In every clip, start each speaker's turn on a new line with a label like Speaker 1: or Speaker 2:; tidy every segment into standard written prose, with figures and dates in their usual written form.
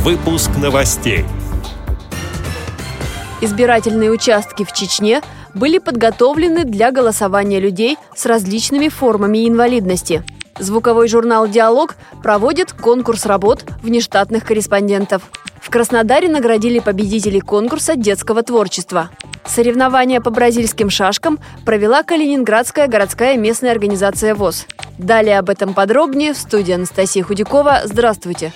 Speaker 1: Выпуск новостей.
Speaker 2: Избирательные участки в Чечне были подготовлены для голосования людей с различными формами инвалидности. Звуковой журнал «Диалог» проводит конкурс работ внештатных корреспондентов. В Краснодаре наградили победителей конкурса детского творчества. Соревнования по бразильским шашкам провела Калининградская городская местная организация ВОС. Далее об этом подробнее в студии Анастасия Худякова. Здравствуйте!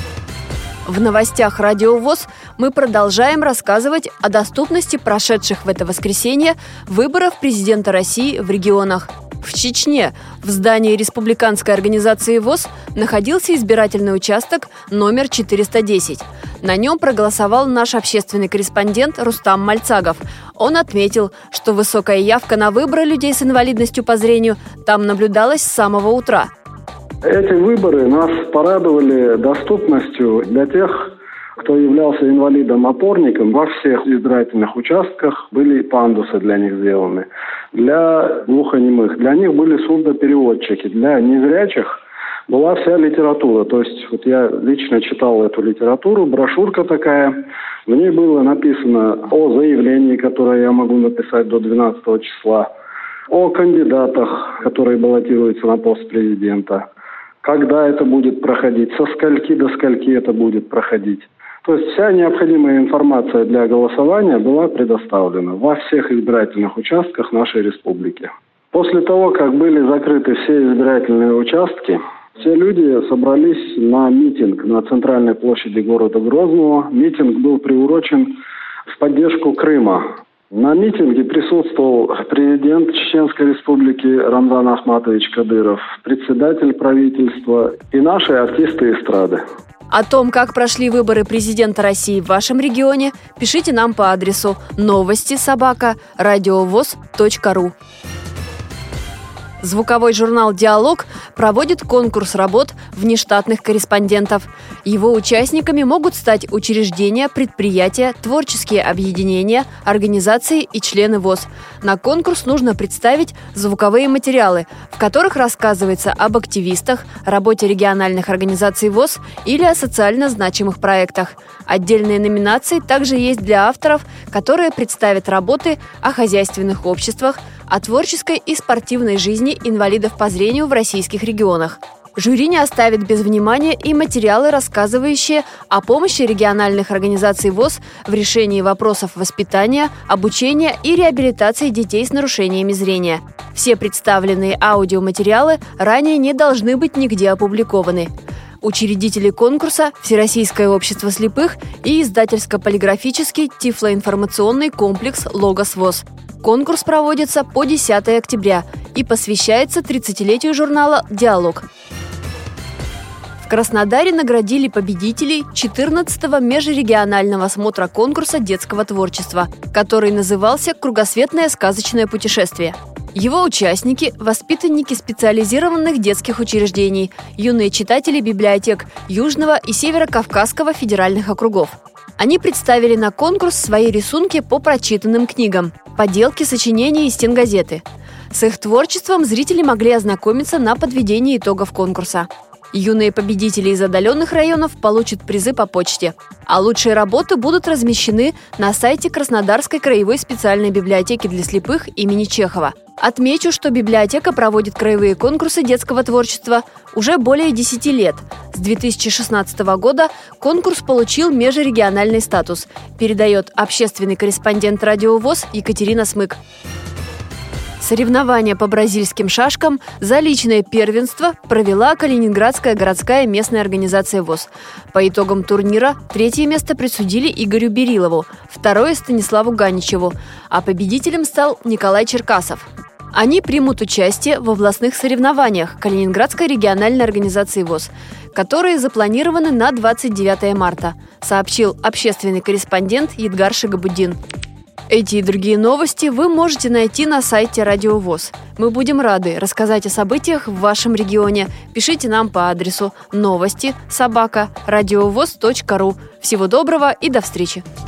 Speaker 2: В новостях Радио ВОС мы продолжаем рассказывать о доступности прошедших в это воскресенье выборов президента России в регионах. В Чечне в здании республиканской организации ВОС находился избирательный участок номер 410. На нем проголосовал наш общественный корреспондент Рустам Мальцагов. Он отметил, что высокая явка на выборы людей с инвалидностью по зрению там наблюдалась с самого утра.
Speaker 3: Эти выборы нас порадовали доступностью для тех, кто являлся инвалидом-опорником. Во всех избирательных участках были пандусы для них сделаны. Для глухонемых, для них были сурдопереводчики. Для незрячих была вся литература. То есть вот я лично читал эту литературу, брошюрка такая. В ней было написано о заявлении, которое я могу написать до 12 числа, о кандидатах, которые баллотируются на пост президента, когда это будет проходить, со скольки до скольки это будет проходить. То есть вся необходимая информация для голосования была предоставлена во всех избирательных участках нашей республики. После того, как были закрыты все избирательные участки, все люди собрались на митинг на центральной площади города Грозного. Митинг был приурочен в поддержку Крыма. На митинге присутствовал президент Чеченской республики Рамзан Ахматович Кадыров, председатель правительства и наши артисты эстрады.
Speaker 2: О том, как прошли выборы президента России в вашем регионе, пишите нам по адресу новости@радиовос.ру. Звуковой журнал «Диалог» проводит конкурс работ внештатных корреспондентов. Его участниками могут стать учреждения, предприятия, творческие объединения, организации и члены ВОС. На конкурс нужно представить звуковые материалы, в которых рассказывается об активистах, работе региональных организаций ВОС или о социально значимых проектах. Отдельные номинации также есть для авторов, которые представят работы о хозяйственных обществах, о творческой и спортивной жизни инвалидов по зрению в российских регионах. Жюри не оставит без внимания и материалы, рассказывающие о помощи региональных организаций ВОС в решении вопросов воспитания, обучения и реабилитации детей с нарушениями зрения. Все представленные аудиоматериалы ранее не должны быть нигде опубликованы. Учредители конкурса – Всероссийское общество слепых и издательско-полиграфический тифлоинформационный комплекс «Логос ВОС». Конкурс проводится по 10 октября и посвящается 30-летию журнала «Диалог». В Краснодаре наградили победителей 14-го межрегионального смотра конкурса детского творчества, который назывался «Кругосветное сказочное путешествие». Его участники – воспитанники специализированных детских учреждений, юные читатели библиотек Южного и Северо-Кавказского федеральных округов. Они представили на конкурс свои рисунки по прочитанным книгам, поделки, сочинения и стенгазеты. С их творчеством зрители могли ознакомиться на подведении итогов конкурса. Юные победители из отдаленных районов получат призы по почте. А лучшие работы будут размещены на сайте Краснодарской краевой специальной библиотеки для слепых имени Чехова. Отмечу, что библиотека проводит краевые конкурсы детского творчества уже более 10 лет. С 2016 года конкурс получил межрегиональный статус, передает общественный корреспондент Радио ВОС Екатерина Смык. Соревнования по бразильским шашкам за личное первенство провела Калининградская городская местная организация ВОС. По итогам турнира третье место присудили Игорю Берилову, второе – Станиславу Ганичеву, а победителем стал Николай Черкасов. Они примут участие в областных соревнованиях Калининградской региональной организации ВОС, которые запланированы на 29 марта, сообщил общественный корреспондент Едгар Шигабуддин. Эти и другие новости вы можете найти на сайте Радио ВОС. Мы будем рады рассказать о событиях в вашем регионе. Пишите нам по адресу новости@радиовос.ру. Всего доброго и до встречи!